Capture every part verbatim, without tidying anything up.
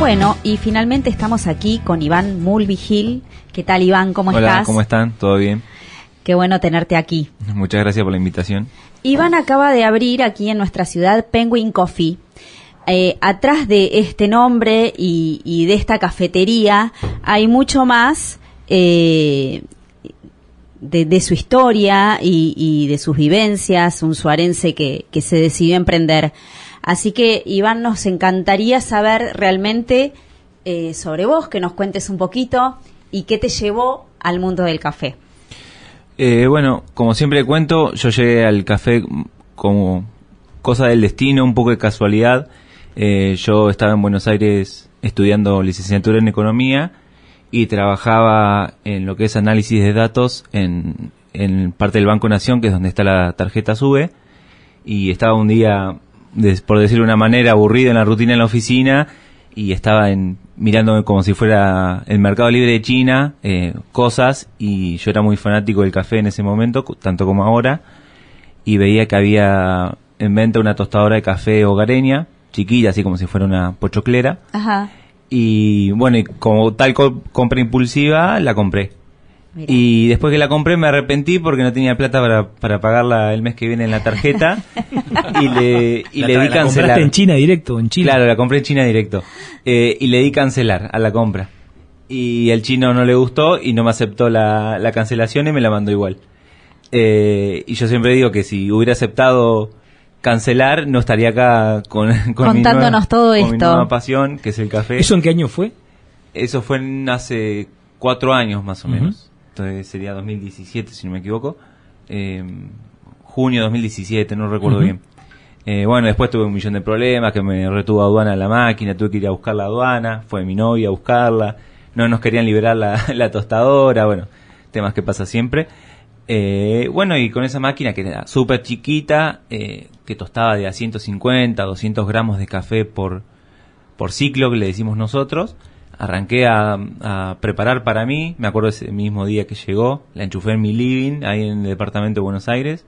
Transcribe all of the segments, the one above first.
Bueno, y finalmente estamos aquí con Iván Mulvihill. ¿Qué tal, Iván? ¿Cómo Hola, estás? Hola, ¿cómo están? ¿Todo bien? Qué bueno tenerte aquí. Muchas gracias por la invitación. Iván acaba de abrir aquí en nuestra ciudad Penguin Coffee. Eh, atrás de este nombre y, y de esta cafetería hay mucho más eh, de, de su historia y, y de sus vivencias, un suarense que, que se decidió a emprender. Así que, Iván, nos encantaría saber realmente eh, sobre vos, que nos cuentes un poquito y qué te llevó al mundo del café. Eh, bueno, como siempre cuento, yo llegué al café como cosa del destino, un poco de casualidad. Eh, yo estaba en Buenos Aires estudiando licenciatura en Economía y trabajaba en lo que es análisis de datos en, en parte del Banco Nación, que es donde está la tarjeta SUBE, y estaba un día, por decirlo de una manera, aburrido en la rutina en la oficina y estaba en, mirándome como si fuera el mercado libre de China, eh, cosas, y yo era muy fanático del café en ese momento, tanto como ahora, y veía que había en venta una tostadora de café hogareña, chiquilla, así como si fuera una pochoclera. Ajá. Y bueno, y como tal co- compra impulsiva, la compré. Mirá. Y después que la compré me arrepentí porque no tenía plata para, para pagarla el mes que viene en la tarjeta y le, y la, le di la cancelar. compraste en China directo, en China. Claro, la compré en China directo. Eh, y le di cancelar a la compra. Y el chino no le gustó y no me aceptó la, la cancelación y me la mandó igual. Eh, y yo siempre digo que si hubiera aceptado cancelar, no estaría acá con, con contándonos mi nueva, todo con esto. mi nueva pasión, que es el café. ¿Eso en qué año fue? Eso fue en hace cuatro años más o Uh-huh. menos. Entonces sería dos mil diecisiete, si no me equivoco. Eh, junio de dos mil diecisiete, no recuerdo Uh-huh. bien. Eh, bueno, después tuve un millón de problemas, que me retuvo aduana la máquina, tuve que ir a buscar la aduana, fue mi novia a buscarla, no nos querían liberar la, la tostadora, bueno, temas que pasa siempre. Eh, bueno, y con esa máquina que era súper chiquita, eh, que tostaba de a ciento cincuenta, doscientos gramos de café por, por ciclo, que le decimos nosotros, arranqué a, a preparar para mí, me acuerdo ese mismo día que llegó, la enchufé en mi living, ahí en el departamento de Buenos Aires,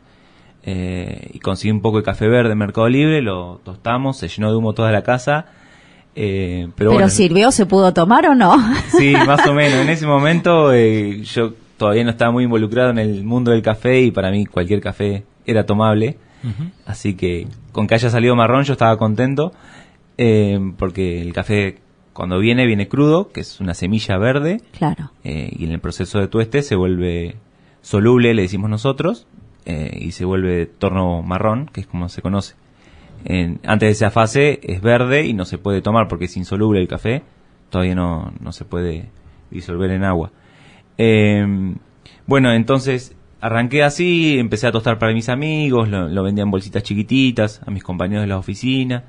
eh, y conseguí un poco de café verde en Mercado Libre, lo tostamos, se llenó de humo toda la casa, eh, pero, ¿Pero bueno, sirvió? ¿Se pudo tomar o no? sí, más o menos, en ese momento eh, yo todavía no estaba muy involucrado en el mundo del café y para mí cualquier café era tomable, Uh-huh. así que con que haya salido marrón yo estaba contento, eh, porque el café cuando viene, viene crudo, que es una semilla verde, Claro. eh, y en el proceso de tueste se vuelve soluble, le decimos nosotros, eh, y se vuelve torno marrón, que es como se conoce. En, antes de esa fase es verde y no se puede tomar porque es insoluble el café, todavía no, no se puede disolver en agua. Eh, bueno, entonces arranqué así, empecé a tostar para mis amigos, lo, lo vendía en bolsitas chiquititas, a mis compañeros de la oficina.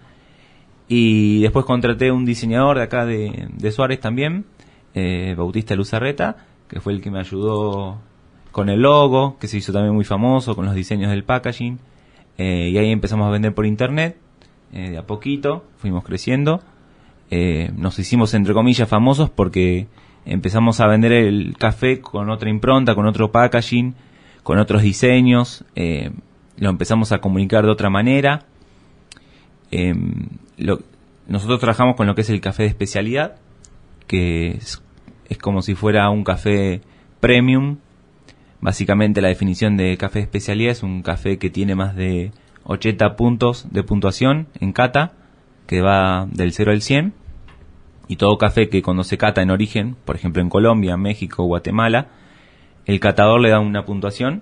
Y después contraté un diseñador de acá de, de Suárez también, eh, Bautista Luzarreta, que fue el que me ayudó con el logo, que se hizo también muy famoso, con los diseños del packaging. Eh, y ahí empezamos a vender por internet, eh, de a poquito, fuimos creciendo. Eh, nos hicimos, entre comillas, famosos porque empezamos a vender el café con otra impronta, con otro packaging, con otros diseños. Eh, lo empezamos a comunicar de otra manera. Eh, lo, nosotros trabajamos con lo que es el café de especialidad, que es, es como si fuera un café premium. Básicamente la definición de café de especialidad es un café que tiene más de ochenta puntos de puntuación en cata, que va del cero al cien, y todo café que cuando se cata en origen, por ejemplo en Colombia, México, Guatemala, el catador le da una puntuación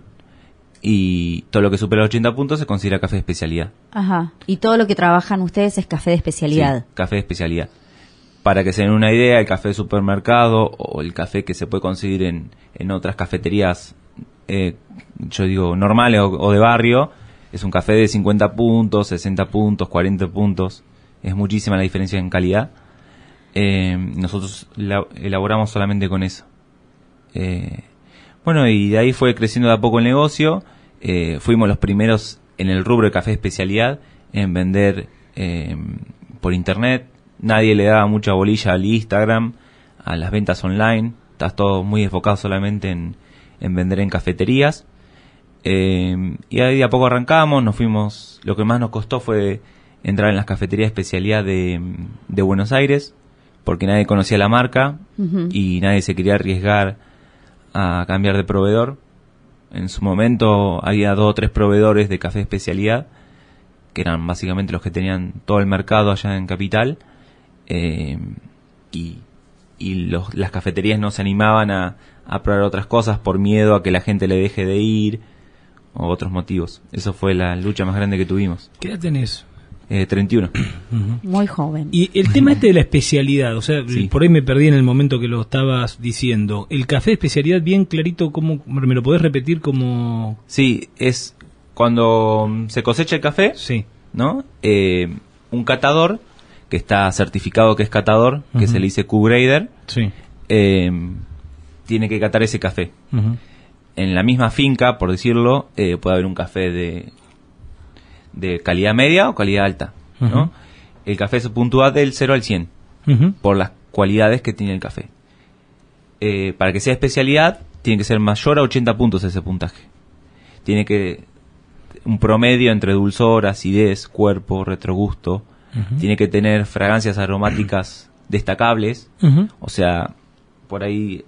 y todo lo que supera los ochenta puntos se considera café de especialidad. Ajá. Y todo lo que trabajan ustedes es café de especialidad. Sí, café de especialidad. Para que se den una idea, el café de supermercado o el café que se puede conseguir en, en otras cafeterías, eh, yo digo normales o, o de barrio, es un café de cincuenta puntos, sesenta puntos, cuarenta puntos. Es muchísima la diferencia en calidad. Eh, nosotros la, elaboramos solamente con eso. Eh, bueno, y de ahí fue creciendo de a poco el negocio. Eh, fuimos los primeros en el rubro de café de especialidad en vender eh, por internet. Nadie le daba mucha bolilla al Instagram, a las ventas online. Estás todo muy enfocado solamente en, en vender en cafeterías. Eh, y ahí de a poco arrancamos, nos fuimos. Lo que más nos costó fue entrar en las cafeterías de especialidad de, de Buenos Aires. porque nadie conocía la marca Ujú. y nadie se quería arriesgar a cambiar de proveedor. En su momento había dos o tres proveedores de café de especialidad, que eran básicamente los que tenían todo el mercado allá en Capital, eh, y, y los, las cafeterías no se animaban a, a probar otras cosas por miedo a que la gente le deje de ir, o otros motivos. Eso fue la lucha más grande que tuvimos. ¿Qué edad tenés? Eh, treinta y uno. Ujú. Muy joven. Y el tema este de la especialidad, o sea, Sí. por ahí me perdí en el momento que lo estabas diciendo. El café de especialidad, bien clarito, ¿cómo, ¿me lo podés repetir como...? Sí, es cuando mm, se cosecha el café, Sí. ¿no? Eh, un catador, que está certificado que es catador, que Ujú. se le dice Q-Grader, Sí. eh, tiene que catar ese café. Ujú. En la misma finca, por decirlo, eh, puede haber un café de, de calidad media o calidad alta, ¿no? Ujú. El café se puntúa del cero al cien Ujú. por las cualidades que tiene el café. Eh, para que sea especialidad, tiene que ser mayor a ochenta puntos ese puntaje. Tiene que un promedio entre dulzor, acidez, cuerpo, retrogusto. Ujú. Tiene que tener fragancias aromáticas destacables. Ujú. O sea, por ahí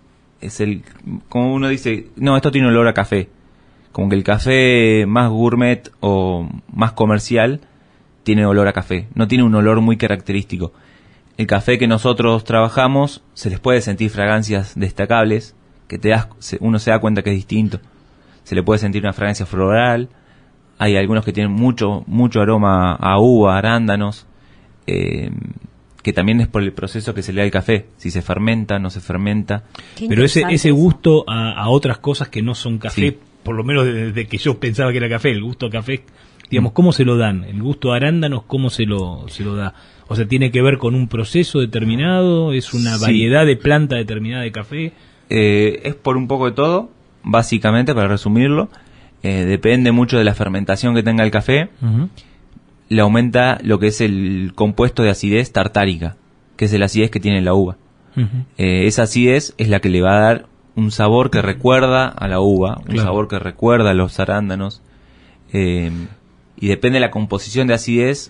es el... Como uno dice, no, esto tiene olor a café. Como que el café más gourmet o más comercial tiene olor a café. No tiene un olor muy característico. El café que nosotros trabajamos, se les puede sentir fragancias destacables, que te das, se- uno se da cuenta que es distinto. Se le puede sentir una fragancia floral. Hay algunos que tienen mucho mucho aroma a uva, arándanos, eh, que también es por el proceso que se le da al café. Si se fermenta, no se fermenta. Qué Pero ese, interesante ese eso. gusto a, a otras cosas que no son café, Sí. por lo menos desde que yo pensaba que era café, el gusto a café, digamos, ¿cómo se lo dan? El gusto a arándanos, ¿cómo se lo, se lo da? O sea, ¿tiene que ver con un proceso determinado? ¿Es una Sí. variedad de planta determinada de café? Eh, es por un poco de todo, básicamente, para resumirlo. Eh, depende mucho de la fermentación que tenga el café. Ujú. Le aumenta lo que es el compuesto de acidez tartárica, que es el acidez que tiene la uva. Ujú. Eh, esa acidez es la que le va a dar un sabor que recuerda a la uva, un Claro. sabor que recuerda a los arándanos. Eh, y depende de la composición de acidez,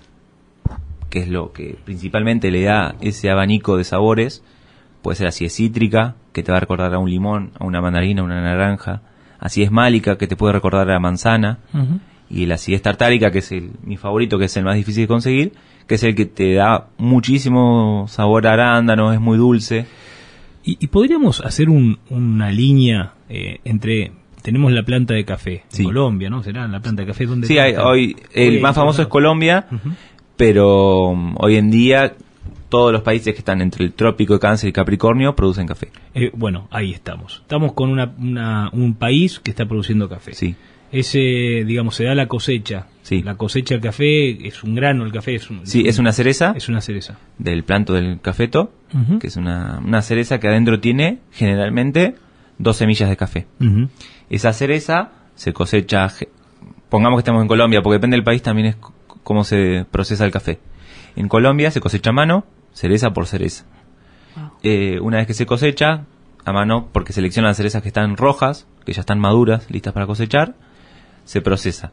que es lo que principalmente le da ese abanico de sabores. Puede ser acidez cítrica, que te va a recordar a un limón, a una mandarina, a una naranja. Acidez málica, que te puede recordar a la manzana. Ujú. Y la acidez tartárica, que es el, mi favorito, que es el más difícil de conseguir, que es el que te da muchísimo sabor a arándano, es muy dulce. Y, y podríamos hacer un- una línea eh, entre... Tenemos la planta de café Sí. en Colombia, ¿no? ¿Será la planta de café? ¿Dónde Sí, hay, está? hoy el Hoy más hay famoso es todos Colombia, lados. Ujú. pero um, hoy en día todos los países que están entre el trópico de Cáncer y Capricornio producen café. Eh, bueno, ahí estamos. Estamos con una, una- un país que está produciendo café. Sí, Ese, digamos, se da la cosecha. Sí. La cosecha del café es un grano, el café es un, sí, es una cereza es una cereza. del planto del cafeto, Ujú. que es una, una cereza que adentro tiene generalmente dos semillas de café. Ujú. Esa cereza se cosecha, ge- pongamos que estamos en Colombia, porque depende del país también es c- cómo se procesa el café. En Colombia se cosecha a mano, cereza por cereza. Wow. Eh, una vez que se cosecha, a mano, porque seleccionan las cerezas que están rojas, que ya están maduras, listas para cosechar, se procesa.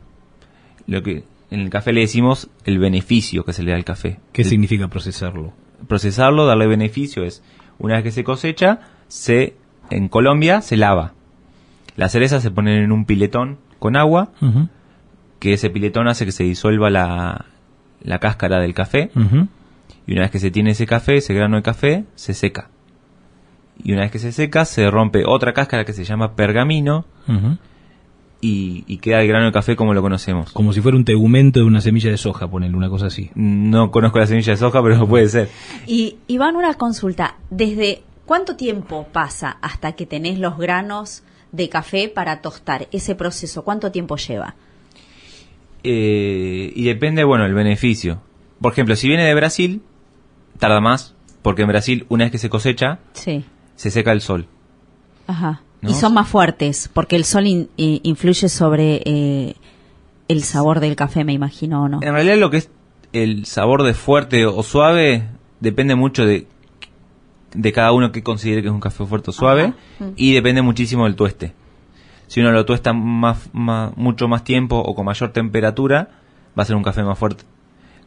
Lo que en el café le decimos el beneficio que se le da al café. ¿Qué El- significa procesarlo? procesarlo, darle beneficio es, una vez que se cosecha, se en Colombia se lava. Las cerezas se ponen en un piletón con agua, Ujú. que ese piletón hace que se disuelva la, la cáscara del café, Ujú. y una vez que se tiene ese café, ese grano de café, se seca. Y una vez que se seca, se rompe otra cáscara que se llama pergamino, Ujú. y, y queda el grano de café como lo conocemos. Como si fuera un tegumento de una semilla de soja, ponerle una cosa así. No conozco la semilla de soja, pero puede ser. Y Iván, una consulta. ¿Desde cuánto tiempo pasa hasta que tenés los granos de café para tostar? Ese proceso, ¿cuánto tiempo lleva? Eh, y depende, bueno, el beneficio. Por ejemplo, si viene de Brasil, tarda más, porque en Brasil, una vez que se cosecha, Sí. se seca el sol. Ajá. ¿No? Y son más fuertes, porque el sol in- eh, influye sobre eh, el sabor del café, me imagino, ¿o no? En realidad, lo que es el sabor de fuerte o suave depende mucho de, de cada uno que considere que es un café fuerte o suave, Ajá. Mm. y depende muchísimo del tueste. Si uno lo tuesta más, más- mucho más tiempo o con mayor temperatura, va a ser un café más fuerte.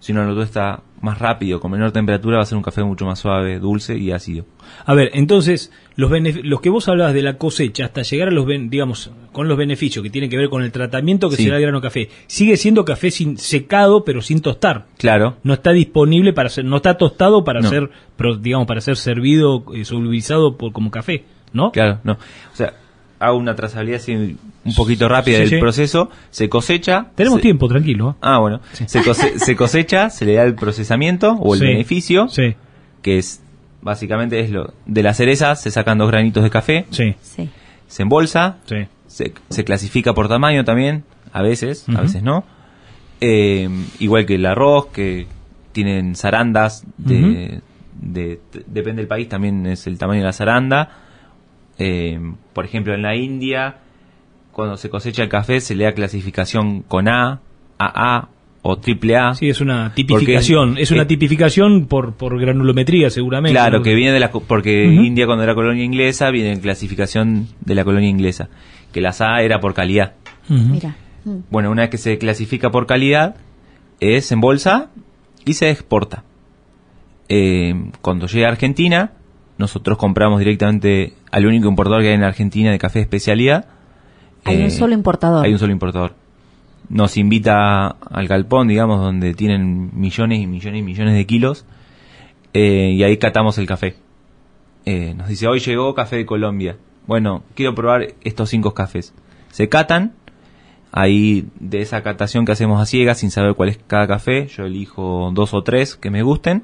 Si uno lo tuesta más rápido, con menor temperatura, va a ser un café mucho más suave, dulce y ácido. A ver, entonces, los benef- los que vos hablabas de la cosecha hasta llegar a los, ben- digamos, con los beneficios que tienen que ver con el tratamiento que Sí. se da al grano café, sigue siendo café sin, secado pero sin tostar. Claro, No está disponible para ser, no está tostado para No. ser, pro- digamos, para ser servido, eh, solubilizado por, como café, ¿no? claro, no. O sea, hago una trazabilidad así un poquito rápida Sí, del sí. proceso. Se cosecha. Tenemos se- tiempo, tranquilo. ¿eh? Ah, bueno. Se, cose- se cosecha, se le da el procesamiento o el Sí. beneficio, Sí, que es básicamente es lo de la cereza. Se sacan dos granitos de café, sí, Sí. se embolsa, sí. se, se clasifica por tamaño también, a veces, Ujú. a veces no. Eh, igual que el arroz, que tienen zarandas, de, Ujú. de- t- depende del país, también es el tamaño de la zaranda. Eh, por ejemplo, en la India, cuando se cosecha el café, se le da clasificación con A, A A o triple A. Sí, es una tipificación, Porque- es una eh, tipificación por, por granulometría seguramente. Claro, ¿no? que viene de la... co- Porque Ujú. India, cuando era colonia inglesa, viene en clasificación de la colonia inglesa. Que las A era por calidad. Ujú. Mira. Mm. Bueno, una vez que se clasifica por calidad, es en bolsa y se exporta. Eh, cuando llega a Argentina, nosotros compramos directamente al único importador que hay en Argentina de café de especialidad. Hay Eh, un solo importador. Hay un solo importador. Nos invita al galpón, digamos, donde tienen millones y millones y millones de kilos, eh, y ahí catamos el café. Eh, nos dice, hoy llegó café de Colombia. Bueno, quiero probar estos cinco cafés. Se catan. Ahí, de esa catación que hacemos a ciegas, sin saber cuál es cada café, yo elijo dos o tres que me gusten.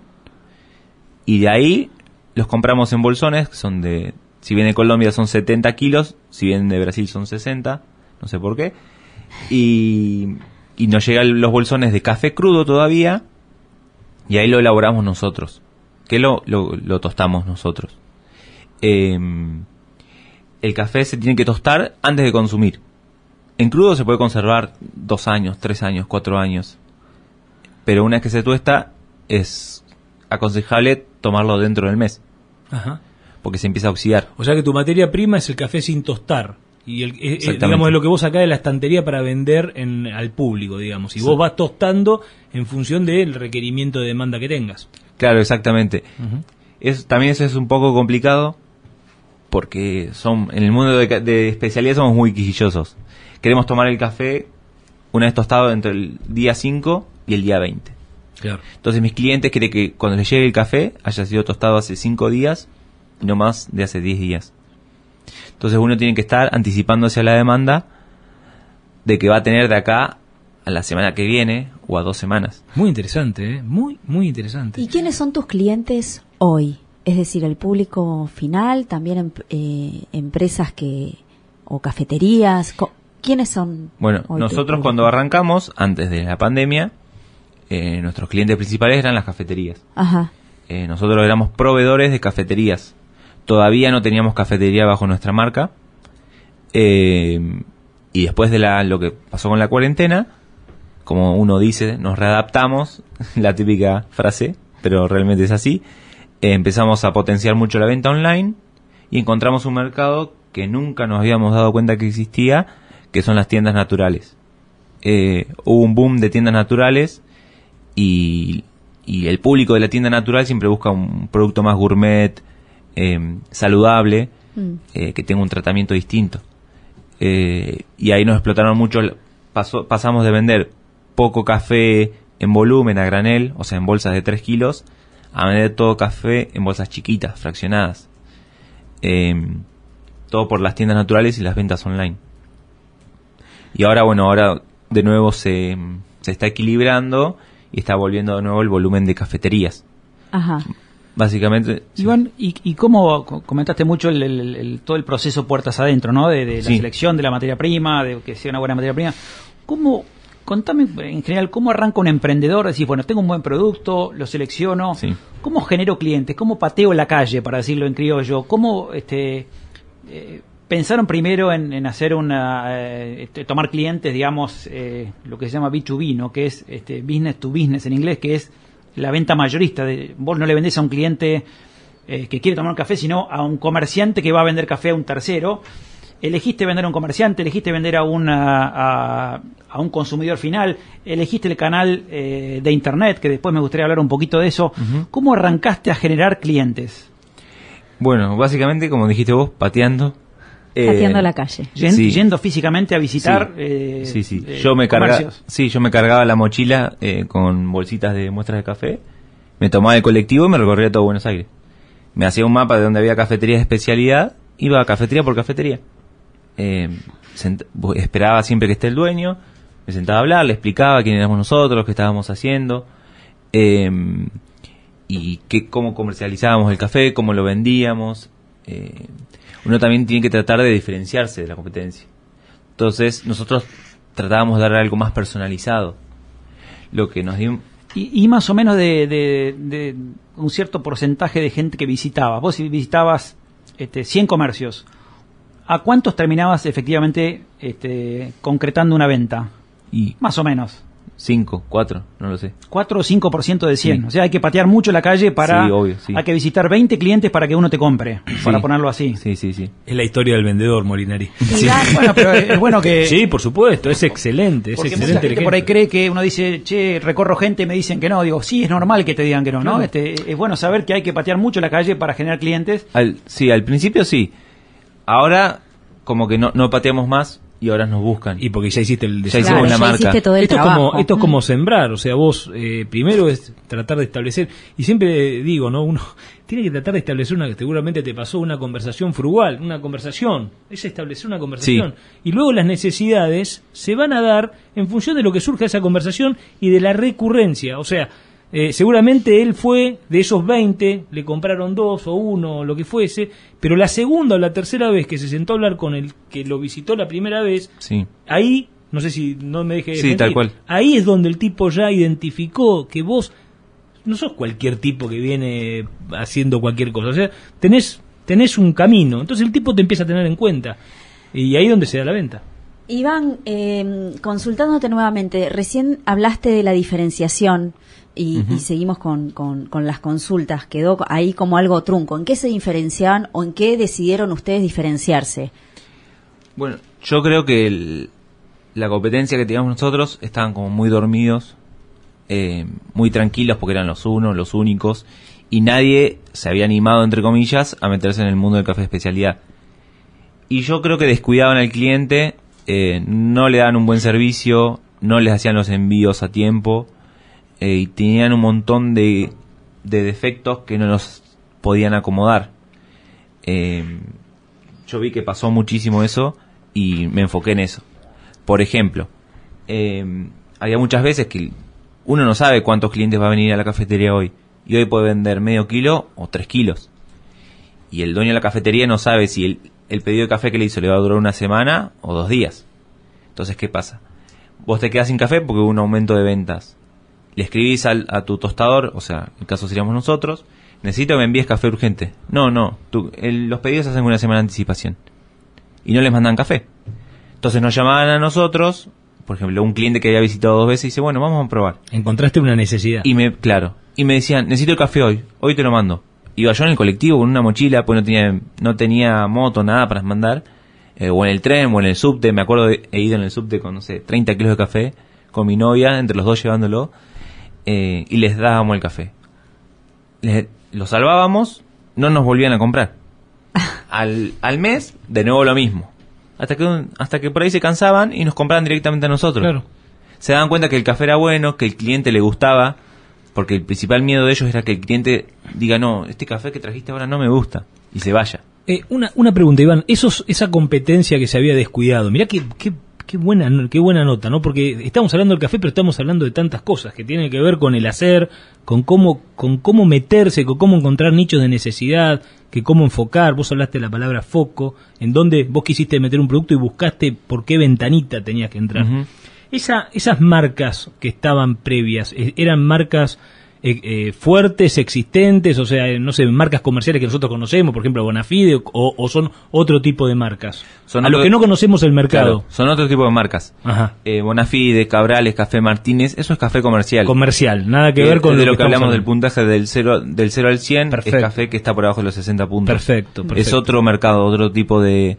Y de ahí los compramos en bolsones, que son de... Si viene de Colombia son setenta kilos, si vienen de Brasil son sesenta, no sé por qué. Y, y nos llegan los bolsones de café crudo todavía, y ahí lo elaboramos nosotros, que lo, lo, lo tostamos nosotros. Eh, el café se tiene que tostar antes de consumir. En crudo se puede conservar dos años, tres años, cuatro años. Pero una vez que se tuesta, es aconsejable tomarlo dentro del mes, Ajá. porque se empieza a oxidar. O sea que tu materia prima es el café sin tostar. Y el, eh, eh, Exactamente. digamos, es lo que vos sacás de la estantería para vender en, al público, digamos. Y vos Sí. vas tostando en función del requerimiento de demanda que tengas. Claro, exactamente. Ujú. Es, también eso es un poco complicado, porque son en el mundo de, ca- de especialidad somos muy quisquillosos. Queremos tomar el café una vez tostado entre el día cinco y el día veinte. Claro. Entonces mis clientes quieren que cuando les llegue el café haya sido tostado hace cinco días y no más de hace diez días. Entonces uno tiene que estar anticipándose a la demanda de que va a tener de acá a la semana que viene o a dos semanas. Muy interesante, ¿eh? Muy, muy interesante. ¿Y quiénes son tus clientes hoy? Es decir, el público final, también em- eh, empresas que o cafeterías. Co- ¿Quiénes son? Bueno, hoy tu nosotros público? cuando arrancamos, antes de la pandemia, eh, nuestros clientes principales eran las cafeterías. Ajá. Eh, nosotros éramos proveedores de cafeterías. Todavía no teníamos cafetería bajo nuestra marca. Eh, y después de la, lo que pasó con la cuarentena, como uno dice, nos readaptamos, la típica frase, pero realmente es así. Eh, empezamos a potenciar mucho la venta online y encontramos un mercado que nunca nos habíamos dado cuenta que existía, que son las tiendas naturales. Eh, hubo un boom de tiendas naturales y, y el público de la tienda natural siempre busca un producto más gourmet, eh, saludable, Mm. eh, que tenga un tratamiento distinto. Eh, y ahí nos explotaron mucho, pasó, pasamos de vender poco café en volumen a granel, o sea en bolsas de tres kilos, a vender todo café en bolsas chiquitas, fraccionadas. Eh, todo por las tiendas naturales y las ventas online. Y ahora, bueno, ahora de nuevo se, se está equilibrando y está volviendo de nuevo el volumen de cafeterías. Ajá. Básicamente, sí. Iván, y, y cómo co- comentaste mucho el, el- el- todo el proceso puertas adentro, ¿no? De, de la Sí. selección de la materia prima, de que sea una buena materia prima. ¿Cómo, contame en general, cómo arranca un emprendedor? Decís, bueno, tengo un buen producto, lo selecciono. Sí. ¿Cómo genero clientes? ¿Cómo pateo la calle, para decirlo en criollo? ¿Cómo este, eh, pensaron primero en, en hacer una, eh, este, tomar clientes, digamos, eh, lo que se llama B dos B, ¿no? Que es este, business to business en inglés, que es la venta mayorista. De, vos no le vendés a un cliente eh, que quiere tomar un café, sino a un comerciante que va a vender café a un tercero. elegiste vender a un comerciante, elegiste vender a, una, a, a un consumidor final, elegiste el canal eh, de internet, que después me gustaría hablar un poquito de eso. Uh-huh. ¿Cómo arrancaste a generar clientes? Bueno, básicamente, como dijiste vos, pateando. Pateando eh, la calle. Yendo, sí. yendo físicamente a visitar. Sí, eh, sí. sí. Eh, yo, me carga, sí yo me cargaba la mochila eh, con bolsitas de muestras de café, me tomaba el colectivo y me recorría todo Buenos Aires. Me hacía un mapa de donde había cafeterías de especialidad, iba a cafetería por cafetería. Eh, sent- esperaba siempre que esté el dueño, me sentaba a hablar, le explicaba quién éramos nosotros, qué estábamos haciendo, eh, y qué, cómo comercializábamos el café, cómo lo vendíamos. Eh, uno también tiene que tratar de diferenciarse de la competencia. Entonces nosotros tratábamos de dar algo más personalizado. Lo que nos dio... Y, y más o menos de, de, de un cierto porcentaje de gente que visitabas. Vos si visitabas este, cien comercios, ¿a cuántos terminabas efectivamente este, concretando una venta? Y más o menos. cinco, cuatro, no lo sé. cuatro o cinco por ciento de cien. Sí. O sea, hay que patear mucho la calle para... Sí, obvio, sí. Hay que visitar veinte clientes para que uno te compre, sí. para ponerlo así. Sí, sí, sí. Es la historia del vendedor, Molinari. Sí. Bueno, pero es bueno que... Sí, por supuesto, es excelente, es Porque excelente. Mucha gente por ahí cree que uno dice, che, recorro gente y me dicen que no. Digo, sí, es normal que te digan que no, ¿no? Claro. Este, es bueno saber que hay que patear mucho la calle para generar clientes. Al, sí, al principio sí. Ahora, como que no, no pateamos más. Y ahora nos buscan. Y porque ya hiciste el desarrollo. Ya hicimos claro, una ya marca. Hiciste todo el esto, trabajo. Es como, esto es como sembrar. O sea, vos eh, primero es tratar de establecer. Y siempre digo, ¿no? Uno tiene que tratar de establecer una que seguramente te pasó, una conversación frugal. Una conversación. Es establecer una conversación. Sí. Y luego las necesidades se van a dar en función de lo que surja de esa conversación y de la recurrencia. O sea, Eh, seguramente él fue, de esos veinte, le compraron dos o uno o lo que fuese, pero la segunda o la tercera vez que se sentó a hablar con el que lo visitó la primera vez, sí. ahí, no sé si no me deje de sí, mentir, tal cual. Ahí es donde el tipo ya identificó que vos no sos cualquier tipo que viene haciendo cualquier cosa, o sea, tenés, tenés un camino, entonces el tipo te empieza a tener en cuenta, y ahí es donde se da la venta. Iván, eh, consultándote nuevamente, recién hablaste de la diferenciación y, uh-huh. y seguimos con, con, con las consultas. Quedó ahí como algo trunco. ¿En qué se diferenciaban o en qué decidieron ustedes diferenciarse? Bueno, yo creo que el, la competencia que teníamos nosotros estaban como muy dormidos, eh, muy tranquilos porque eran los unos, los únicos, y nadie se había animado, entre comillas, a meterse en el mundo del café de especialidad. Y yo creo que descuidaban al cliente. Eh, no le daban un buen servicio, no les hacían los envíos a tiempo, eh, y tenían un montón de, de defectos que no los podían acomodar. Eh, yo vi que pasó muchísimo eso y me enfoqué en eso. Por ejemplo, eh, había muchas veces que uno no sabe cuántos clientes va a venir a la cafetería hoy, y hoy puede vender medio kilo o tres kilos, y el dueño de la cafetería no sabe si el el pedido de café que le hizo le va a durar una semana o dos días. Entonces, ¿qué pasa? Vos te quedás sin café porque hubo un aumento de ventas. Le escribís al, a tu tostador, o sea, en el caso seríamos nosotros, necesito que me envíes café urgente. No, no, tú, el, los pedidos se hacen una semana de anticipación. Y no les mandan café. Entonces nos llamaban a nosotros, por ejemplo, un cliente que había visitado dos veces y dice, bueno, vamos a probar. Encontraste una necesidad. Y me, claro, y me decían, necesito el café hoy, hoy te lo mando. Iba yo en el colectivo con una mochila, pues no tenía no tenía moto, nada para mandar, eh, o en el tren, o en el subte. Me acuerdo, de, he ido en el subte con, no sé, treinta kilos de café, con mi novia, entre los dos llevándolo, eh, y les dábamos el café. Les, lo salvábamos, no nos volvían a comprar. Al, al mes, de nuevo lo mismo. Hasta que, hasta que por ahí se cansaban y nos compraban directamente a nosotros. Claro. Se daban cuenta que el café era bueno, que el cliente le gustaba, porque el principal miedo de ellos era que el cliente diga, no, este café que trajiste ahora no me gusta, y se vaya. Eh, una, una pregunta, Iván, esos, esa competencia que se había descuidado, mirá qué, qué, qué, buena, qué buena nota, ¿no? Porque estamos hablando del café, pero estamos hablando de tantas cosas que tienen que ver con el hacer, con cómo, con cómo meterse, con cómo encontrar nichos de necesidad, que cómo enfocar. Vos hablaste de la palabra foco, en donde vos quisiste meter un producto y buscaste por qué ventanita tenías que entrar. Uh-huh. Esa, esas marcas que estaban previas, ¿eran marcas eh, eh, fuertes, existentes? O sea, no sé, marcas comerciales que nosotros conocemos, por ejemplo, Bonafide, o, o son otro tipo de marcas? Son a otro, lo que no conocemos el mercado. Claro, son otro tipo de marcas. Ajá. Eh, Bonafide, Cabrales, Café Martínez, eso es café comercial. Comercial, nada que eh, ver con de lo que, que hablamos hablando. Del puntaje del cero, del cero al cien. Perfecto. Es café que está por abajo de los sesenta puntos. Perfecto, perfecto. Es otro mercado, otro tipo de...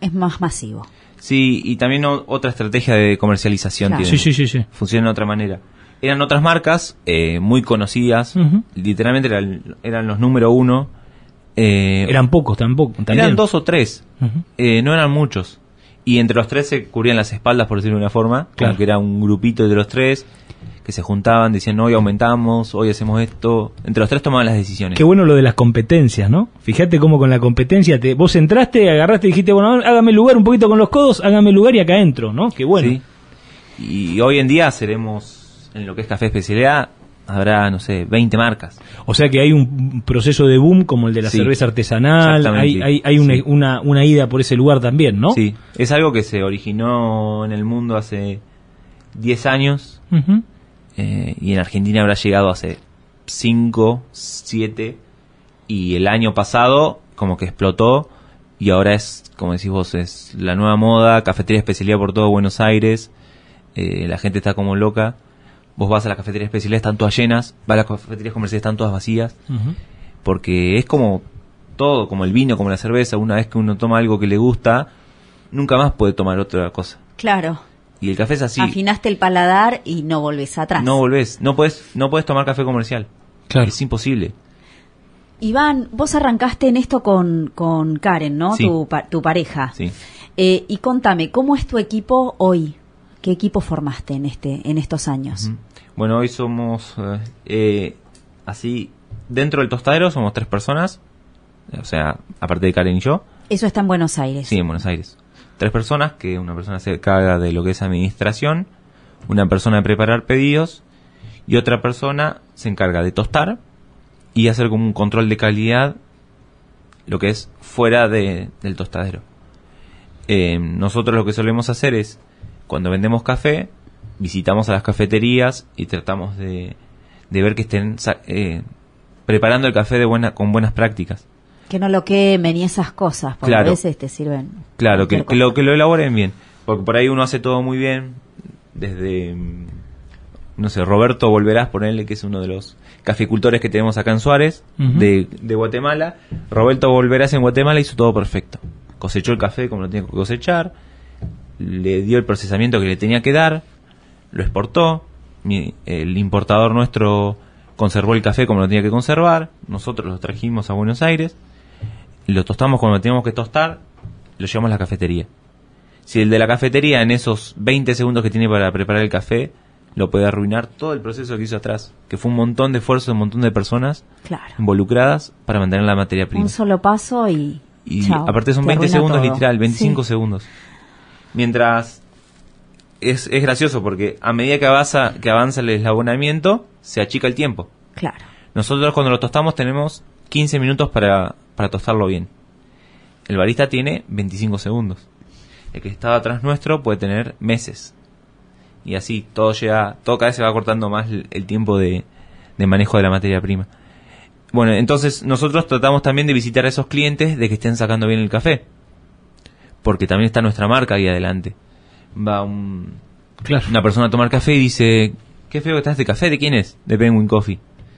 Es más masivo. Sí, y también o- otra estrategia de comercialización Claro. tiene. Sí, sí, sí, sí. Funciona de otra manera. Eran otras marcas eh, muy conocidas, Ujú. literalmente eran, eran los número uno. Eh, Eran pocos tampoco. También. eran dos o tres, Ujú. eh, no eran muchos. Y entre los tres se cubrían las espaldas, por decirlo de una forma, Claro. como que era un grupito de los tres que se juntaban, decían, hoy aumentamos, hoy hacemos esto. Entre los tres tomaban las decisiones. Qué bueno lo de las competencias, ¿no? Fíjate cómo con la competencia te, vos entraste, agarraste y dijiste, bueno, hágame lugar un poquito con los codos, hágame lugar y acá entro, ¿no? Qué bueno. Sí. Y hoy en día seremos, en lo que es café especialidad, habrá, no sé, veinte marcas. O sea que hay un proceso de boom como el de la Sí, cerveza artesanal, hay, exactamente. hay, hay una, Sí. una, una ida por ese lugar también, ¿no? Sí, es algo que se originó en el mundo hace diez años. Ujú. Eh, y en Argentina habrá llegado hace cinco, siete, y el año pasado como que explotó y ahora es, como decís vos, es la nueva moda, cafetería especialidad por todo Buenos Aires, eh, la gente está como loca, vos vas a la cafetería especialidad, están todas llenas, vas a las cafeterías comerciales, están todas vacías, Ujú. porque es como todo, como el vino, como la cerveza, una vez que uno toma algo que le gusta, nunca más puede tomar otra cosa. Claro. Y el café es así. Afinaste el paladar y no volvés atrás. No volvés, no puedes, no puedes tomar café comercial. Claro. Es imposible. Iván, vos arrancaste en esto con, con Karen, ¿no? Sí. Tu, pa- tu pareja. Sí. Eh, y contame, ¿cómo es tu equipo hoy? ¿Qué equipo formaste en este en estos años? Ujú. Bueno, hoy somos eh, eh, así, dentro del tostadero somos tres personas, o sea, aparte de Karen y yo, Eso está en Buenos Aires. sí, en Buenos Aires. Tres personas, que una persona se encarga de lo que es administración, una persona de preparar pedidos y otra persona se encarga de tostar y hacer como un control de calidad, lo que es fuera de, del tostadero. Eh, nosotros lo que solemos hacer es, cuando vendemos café, visitamos a las cafeterías y tratamos de, de ver que estén sa- eh, preparando el café de buena, con buenas prácticas. Que no lo quemen y esas cosas, porque Claro. a veces te sirven. Claro, que, cualquier que lo, cosa. que lo elaboren bien. Porque por ahí uno hace todo muy bien. Desde, mm, no sé, Roberto Volverás, ponerle que es uno de los caficultores que tenemos acá en Suárez, Ujú. de, de Guatemala. Roberto Volverás en Guatemala hizo todo perfecto. Cosechó el café como lo tenía que cosechar. Le dio el procesamiento que le tenía que dar. Lo exportó. Mi- el importador nuestro conservó el café como lo tenía que conservar. Nosotros lo trajimos a Buenos Aires. Lo tostamos cuando lo teníamos que tostar, lo llevamos a la cafetería. Si el de la cafetería en esos veinte segundos que tiene para preparar el café, lo puede arruinar todo el proceso que hizo atrás, que fue un montón de esfuerzo de un montón de personas Claro. involucradas para mantener la materia prima. Un solo paso y. Y chao, aparte son te veinte arruina segundos todo. literal, veinticinco Sí. segundos. Mientras es, es gracioso porque a medida que avanza, que avanza el eslabonamiento, se achica el tiempo. Claro. Nosotros cuando lo tostamos tenemos quince minutos para, para tostarlo bien. El barista tiene veinticinco segundos. El que estaba atrás nuestro puede tener meses. Y así todo llega, todo cada vez se va cortando más el, el tiempo de, de manejo de la materia prima. Bueno, entonces nosotros tratamos también de visitar a esos clientes de que estén sacando bien el café. Porque también está nuestra marca ahí adelante. Va un, Claro. una persona a tomar café y dice, qué feo que está este café, ¿de quién es? De Penguin Coffee.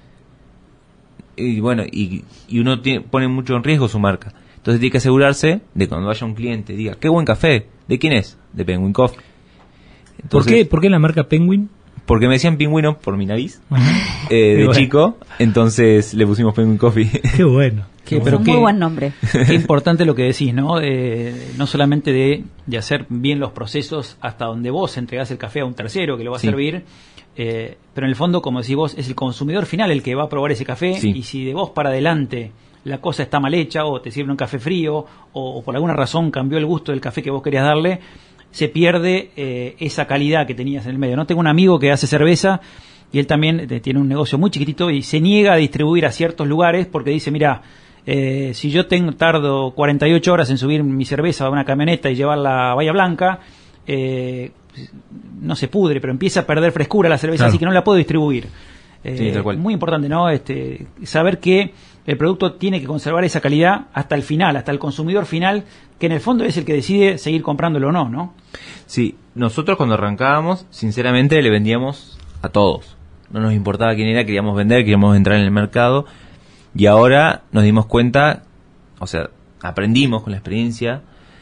Y bueno, y, y uno tiene, pone mucho en riesgo su marca. Entonces tiene que asegurarse de cuando vaya un cliente diga, qué buen café, ¿de quién es? De Penguin Coffee. ¿Por Entonces, qué, ¿Por qué la marca Penguin? Porque me decían pingüino por mi nariz, eh, Qué de bueno. chico, entonces le pusimos Penguin Coffee. Qué bueno. Qué- Es pero un qué- muy buen nombre. Qué importante lo que decís, ¿no? Eh, no solamente de, de hacer bien los procesos hasta donde vos entregás el café a un tercero que lo va a Sí. servir, eh, pero en el fondo, como decís vos, es el consumidor final el que va a probar ese café, Sí. y si de vos para adelante la cosa está mal hecha o te sirve un café frío o, o por alguna razón cambió el gusto del café que vos querías darle, se pierde eh, esa calidad que tenías en el medio. No tengo un amigo que hace cerveza y él también eh, tiene un negocio muy chiquitito y se niega a distribuir a ciertos lugares porque dice, mira, eh, si yo tengo tardo cuarenta y ocho horas en subir mi cerveza a una camioneta y llevarla a Bahía Blanca, eh, no se pudre, pero empieza a perder frescura la cerveza, Claro. así que no la puedo distribuir. Eh, Sí, tal cual. Muy importante, ¿no? Este, saber que el producto tiene que conservar esa calidad hasta el final, hasta el consumidor final, que en el fondo es el que decide seguir comprándolo o no, ¿no? Sí, nosotros cuando arrancábamos, sinceramente le vendíamos a todos. No nos importaba quién era, queríamos vender, queríamos entrar en el mercado. Y ahora nos dimos cuenta, o sea, aprendimos con la experiencia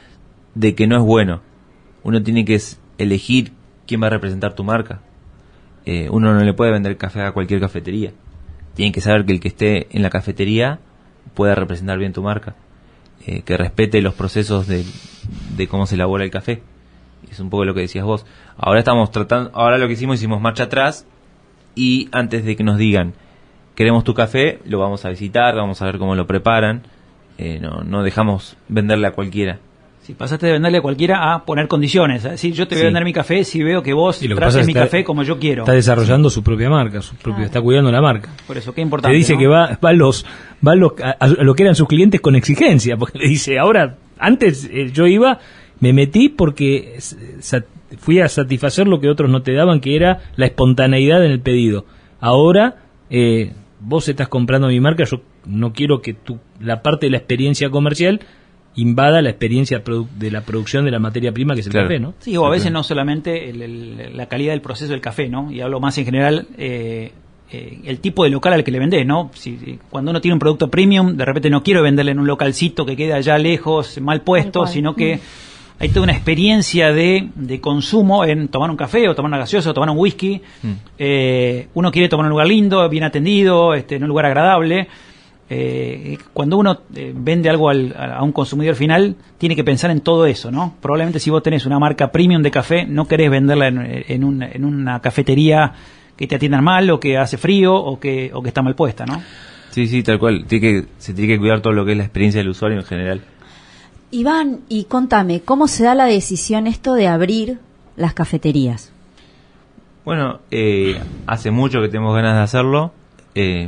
de que no es bueno. Uno tiene que es- elegir quién va a representar tu marca. Eh, uno no le puede vender café a cualquier cafetería. Tienen que saber que el que esté en la cafetería pueda representar bien tu marca, eh, que respete los procesos de, de cómo se elabora el café. Es un poco lo que decías vos. Ahora estamos tratando, ahora lo que hicimos, hicimos marcha atrás, y antes de que nos digan queremos tu café, lo vamos a visitar, vamos a ver cómo lo preparan. Eh, no, no dejamos venderle a cualquiera. Si pasaste de venderle a cualquiera a poner condiciones, es decir, yo te voy Sí. a vender mi café si veo que vos Y lo que trates pasa es mi que está- café como yo quiero. Está desarrollando su propia marca, su propio, está cuidando la marca. Por eso, qué Te importante. dice ¿no? que va, va, a los, va a, los, a, a lo que eran sus clientes con exigencia, porque le dice, ahora, antes eh, yo iba, me metí porque s- sat- fui a satisfacer lo que otros no te daban, que era la espontaneidad en el pedido. Ahora, eh, vos estás comprando mi marca, yo no quiero que tu, la parte de la experiencia comercial invada la experiencia produ- de la producción de la materia prima, que es el Claro. café, ¿no? Sí, o a veces no solamente el- el- la calidad del proceso del café, ¿no? Y hablo más en general, eh, eh, el tipo de local al que le vendés, ¿no? Si, si- cuando uno tiene un producto premium, de repente no quiero venderle en un localcito que queda allá lejos, mal puesto, Tal cual. sino que Mm. hay toda una experiencia de, de consumo en tomar un café o tomar una gaseosa o tomar un whisky. Mm. Eh, uno quiere tomar en un lugar lindo, bien atendido, este, en un lugar agradable. Eh, cuando uno eh, vende algo al- a, a un consumidor final, tiene que pensar en todo eso, ¿no? Probablemente si vos tenés una marca premium de café, no querés venderla en, en, un- en una cafetería que te atiendan mal, o que hace frío, o que, o que está mal puesta, ¿no? Sí, sí, tal cual. Tiene que, se tiene que cuidar todo lo que es la experiencia del usuario en general. Iván, y contame, ¿cómo se da la decisión esto de abrir las cafeterías? Bueno, eh, hace mucho que tenemos ganas de hacerlo, eh,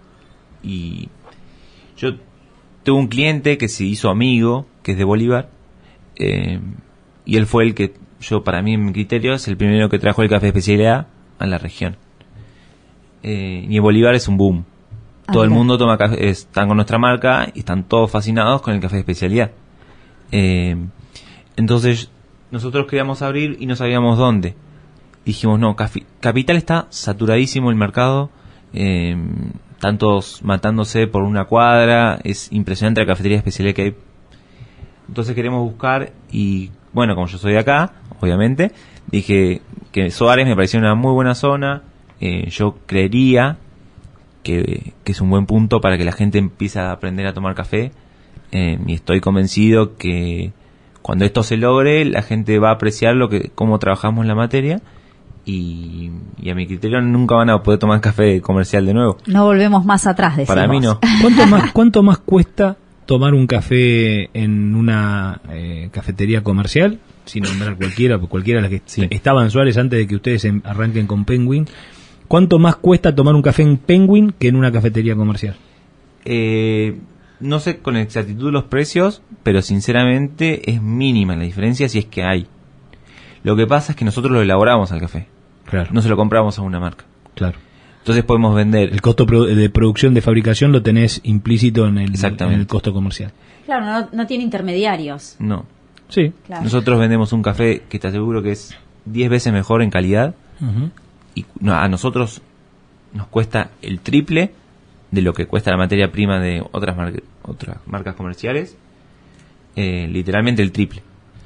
y yo tuve un cliente que se hizo amigo, que es de Bolívar, eh, y él fue el que, yo para mí en mi criterio, es el primero que trajo el café de especialidad a la región. Eh, y en Bolívar es un boom. Ah, Todo el mira. mundo toma café, están con nuestra marca y están todos fascinados con el café de especialidad. Eh, entonces nosotros queríamos abrir y no sabíamos dónde. Dijimos, no, Cafi- Capital está saturadísimo el mercado, eh, están todos matándose por una cuadra, es impresionante la cafetería de especialidad que hay. Entonces queremos buscar, y bueno, como yo soy de acá, obviamente, dije que Suárez me parecía una muy buena zona. Eh, yo creería que, que es un buen punto para que la gente empiece a aprender a tomar café, eh, y estoy convencido que cuando esto se logre, la gente va a apreciar lo que cómo trabajamos la materia, y, y a mi criterio nunca van a poder tomar café comercial de nuevo. No volvemos más atrás, decimos. Para mí no. ¿Cuánto más, cuánto más cuesta tomar un café en una eh, cafetería comercial? Sin nombrar cualquiera, porque cualquiera de las que Sí. estaban en Suárez antes de que ustedes em- arranquen con Penguin. ¿Cuánto más cuesta tomar un café en Penguin que en una cafetería comercial? Eh, no sé con exactitud los precios, pero sinceramente es mínima la diferencia, si es que hay. Lo que pasa es que nosotros lo elaboramos al café, Claro, no se lo compramos a una marca. claro. Entonces podemos vender. El costo pro- de producción de fabricación lo tenés implícito en el, Exactamente. en el costo comercial. Claro, no, no tiene intermediarios. No. Sí. Claro. Nosotros vendemos un café que te aseguro que es diez veces mejor en calidad, Ujú. y no, a nosotros nos cuesta el triple de lo que cuesta la materia prima de otras, mar- otras marcas comerciales, eh, literalmente el triple,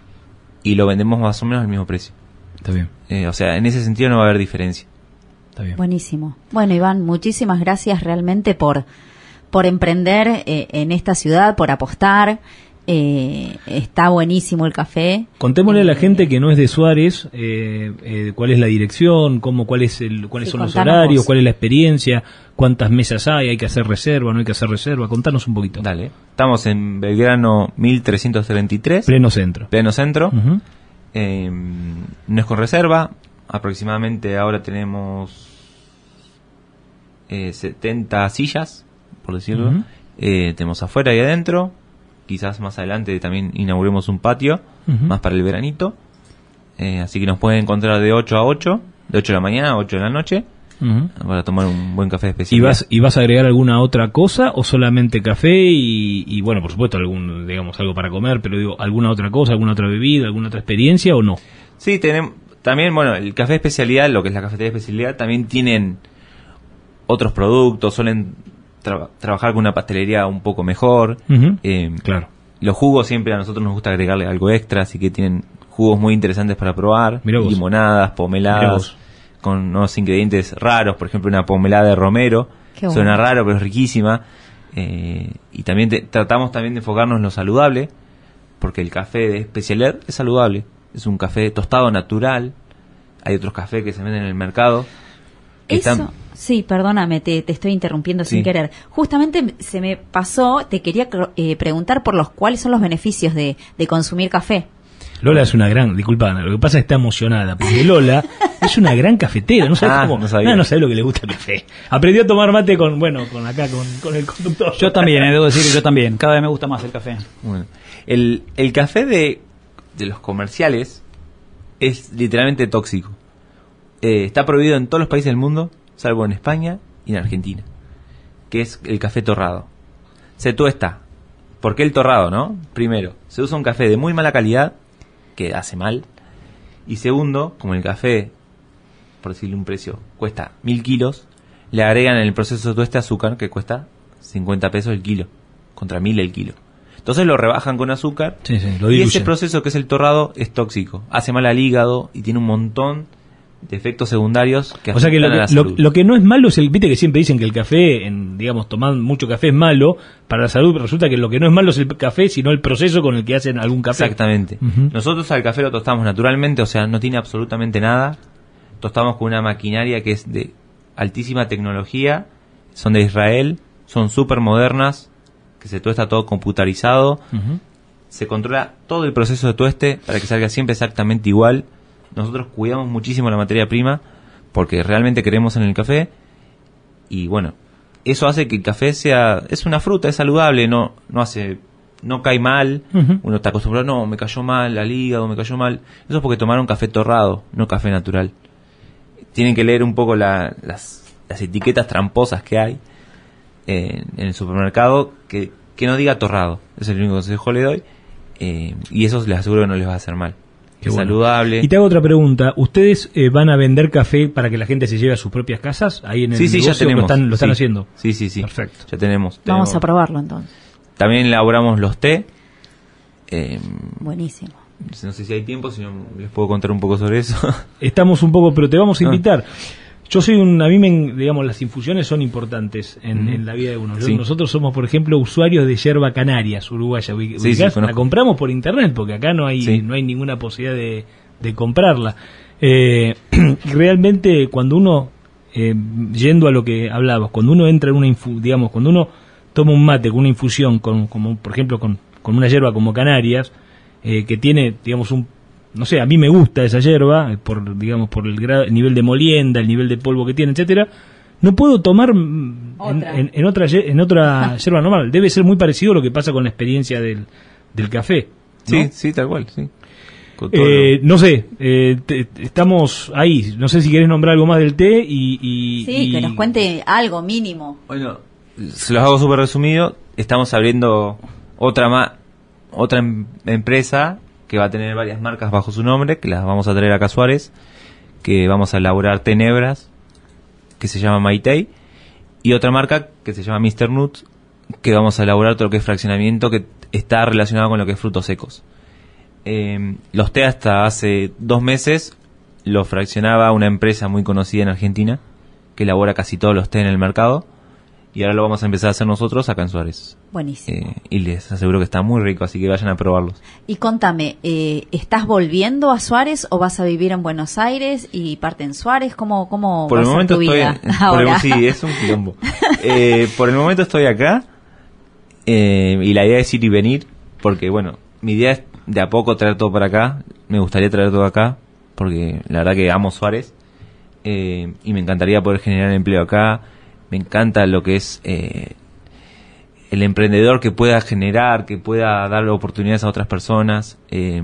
y lo vendemos más o menos al mismo precio. Está bien, Eh, o sea, en ese sentido no va a haber diferencia. está bien. Buenísimo. Bueno, Iván, muchísimas gracias realmente por, por emprender eh, en esta ciudad, por apostar. Eh, está buenísimo el café. Contémosle a la Eh, gente que no es de Suárez, eh, eh, cuál es la dirección, cómo, cuál es el, cuáles Sí, son los contanos horarios, vos. cuál es la experiencia, cuántas mesas hay, hay que hacer reserva, no hay que hacer reserva. Contanos un poquito. Dale. Estamos en Belgrano mil trescientos treinta y tres, Pleno centro. pleno centro. Ujú. Eh, no es con reserva. Aproximadamente ahora tenemos eh, setenta sillas, por decirlo. Ujú. Eh, tenemos afuera y adentro. Quizás más adelante también inauguremos un patio, Ujú. más para el veranito. Eh, así que nos pueden encontrar de ocho a ocho, de ocho de la mañana a ocho de la noche, Ujú. para tomar un buen café ¿Y especial. vas, ¿Y vas a agregar alguna otra cosa o solamente café y, y bueno, por supuesto, algún, digamos, algo para comer, pero digo, alguna otra cosa, alguna otra bebida, alguna otra experiencia o no? Sí, tenemos también, bueno, el café especialidad, lo que es la cafetería especialidad, también tienen otros productos, suelen tra- trabajar con una pastelería un poco mejor. Ujú. Eh, Claro. los jugos siempre a nosotros nos gusta agregarle algo extra, así que tienen jugos muy interesantes para probar. Mirá vos. Limonadas, Mirá pomeladas, vos. con unos ingredientes raros, por ejemplo una pomelada de romero. Qué bueno. Suena raro, pero es riquísima. Eh, y también te- tratamos también de enfocarnos en lo saludable, porque el café de especialidad es saludable. Es un café tostado natural. Hay otros cafés que se venden en el mercado. que Eso, están- sí, perdóname, te, te estoy interrumpiendo sin Sí. querer. Justamente se me pasó, te quería eh, preguntar por los cuáles son los beneficios de, de consumir café. Lola es una gran, disculpa Ana, lo que pasa es que está emocionada, porque Lola es una gran cafetera, no sabes Ah, cómo, no sabía. no, no sabe lo que le gusta el café. Aprendió a tomar mate con, bueno, con acá, con, con el conductor. Yo también, eh, debo decir que yo también. Cada vez me gusta más el café. Bueno, el, el café de, de los comerciales es literalmente tóxico. Eh, está prohibido en todos los países del mundo, salvo en España y en Argentina, que es el café torrado. Se tuesta. ¿Por qué el torrado, no? Primero, se usa un café de muy mala calidad, que hace mal. Y segundo, como el café, por decirle un precio, cuesta mil kilos, le agregan en el proceso de tueste azúcar, que cuesta cincuenta pesos el kilo, contra mil el kilo. Entonces lo rebajan con azúcar. Sí, sí, lo Y diluyen. ese proceso que es el torrado es tóxico. Hace mal al hígado y tiene un montón de efectos secundarios que O sea que lo, afectan a la que lo, salud. lo que no es malo es el, viste que siempre dicen que el café, en, digamos, tomar mucho café es malo para la salud, pero resulta que lo que no es malo es el café, sino el proceso con el que hacen algún café. Exactamente. Ujú. Nosotros al café lo tostamos naturalmente, o sea, no tiene absolutamente nada. Tostamos con una maquinaria que es de altísima tecnología, son de Israel, son súper modernas, que se tuesta todo computarizado. Ujú. Se controla todo el proceso de tueste para que salga siempre exactamente igual. Nosotros cuidamos muchísimo la materia prima porque realmente creemos en el café y bueno, eso hace que el café sea, es una fruta, es saludable, no no hace, no cae mal. Ujú. Uno está acostumbrado, no, me cayó mal al hígado, me cayó mal. Eso es porque tomaron café torrado, no café natural. Tienen que leer un poco la- las, las etiquetas tramposas que hay en, en el supermercado, que, que no diga torrado, es el único consejo que le doy. Eh, y eso les aseguro que no les va a hacer mal. Qué Es bueno. saludable. Y te hago otra pregunta. ¿Ustedes eh, van a vender café para que la gente se lleve a sus propias casas? Ahí en el Sí, sí, ya negocio, tenemos. ¿Lo están, lo están Sí. haciendo? Sí, sí, sí. Perfecto. Ya tenemos. Vamos tenemos. a probarlo entonces. También elaboramos los té. Eh, Buenísimo. no sé si hay tiempo, si no les puedo contar un poco sobre eso. Estamos un poco, pero te vamos a Ah. invitar. Yo soy un, a mí me, digamos, las infusiones son importantes en, Ujú. en la vida de uno. Yo- Sí. Nosotros somos, por ejemplo, usuarios de yerba canarias, uruguaya. Ubi- Sí, ubicás, sí, conozco. la compramos por internet porque acá no hay, Sí. no hay ninguna posibilidad de, de comprarla. Eh, realmente cuando uno, eh, yendo a lo que hablabas, cuando uno entra en una infu, digamos, cuando uno toma un mate con una infusión, con, como por ejemplo con, con una yerba como canarias, eh, que tiene, digamos, un, no sé, a mí me gusta esa yerba, eh, por, digamos, por el, grado, el nivel de molienda, el nivel de polvo que tiene, etcétera. No puedo tomar mm, en, Otra. en, en otra ye- en otra yerba normal. Debe ser muy parecido a lo que pasa con la experiencia del, del café. ¿no? Sí, sí, tal cual, sí. Con todo Eh, no sé, eh, te- te- estamos ahí. No sé si querés nombrar algo más del té y... y- Sí, y- que nos cuente algo mínimo. lo- Bueno, se los hago súper resumido. Estamos abriendo otra ma otra em- empresa que va a tener varias marcas bajo su nombre, que las vamos a traer acá a Suárez, que vamos a elaborar tenebras, que se llama Maitei, y otra marca que se llama mister Nuts, que vamos a elaborar todo lo que es fraccionamiento, que está relacionado con lo que es frutos secos. Eh, los té hasta hace dos meses los fraccionaba una empresa muy conocida en Argentina, que elabora casi todos los té en el mercado, y ahora lo vamos a empezar a hacer nosotros acá en Suárez. Buenísimo. Eh, y les aseguro que está muy rico, así que vayan a probarlos. Y contame, eh, ¿estás volviendo a Suárez o vas a vivir en Buenos Aires y parte en Suárez? ¿Cómo, cómo Por va el a ser momento tu estoy vida por el- ahora? sí, es un quilombo. Eh, por el momento estoy acá, eh, y la idea es ir y venir, porque bueno, mi idea es de a poco traer todo para acá. Me gustaría traer todo acá, porque la verdad que amo Suárez, eh, y me encantaría poder generar empleo acá. Me encanta lo que es eh, el emprendedor que pueda generar, que pueda dar oportunidades a otras personas, eh,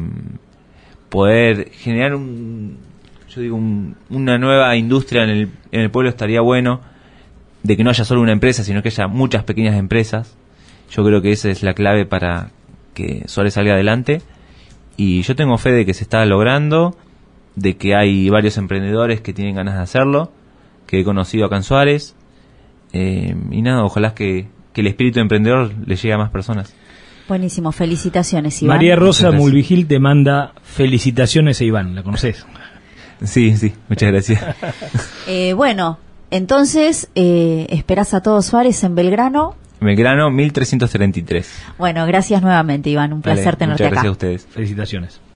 poder generar un, yo digo, un- una nueva industria en el, en el pueblo estaría bueno, de que no haya solo una empresa, sino que haya muchas pequeñas empresas. Yo creo que esa es la clave para que Suárez salga adelante, y yo tengo fe de que se está logrando, de que hay varios emprendedores que tienen ganas de hacerlo, que he conocido acá en Suárez, eh, y nada, ojalá que, que el espíritu emprendedor le llegue a más personas. Buenísimo, felicitaciones, Iván. María Rosa Muchas gracias. Mulvigil te manda felicitaciones a Iván, ¿la conoces? Sí, sí, muchas gracias. Eh, bueno, entonces, eh, esperás a todos Suárez en Belgrano. Belgrano mil trescientos treinta y tres. Bueno, gracias nuevamente, Iván. Un placer Vale, tenerte muchas acá. gracias a ustedes. Felicitaciones.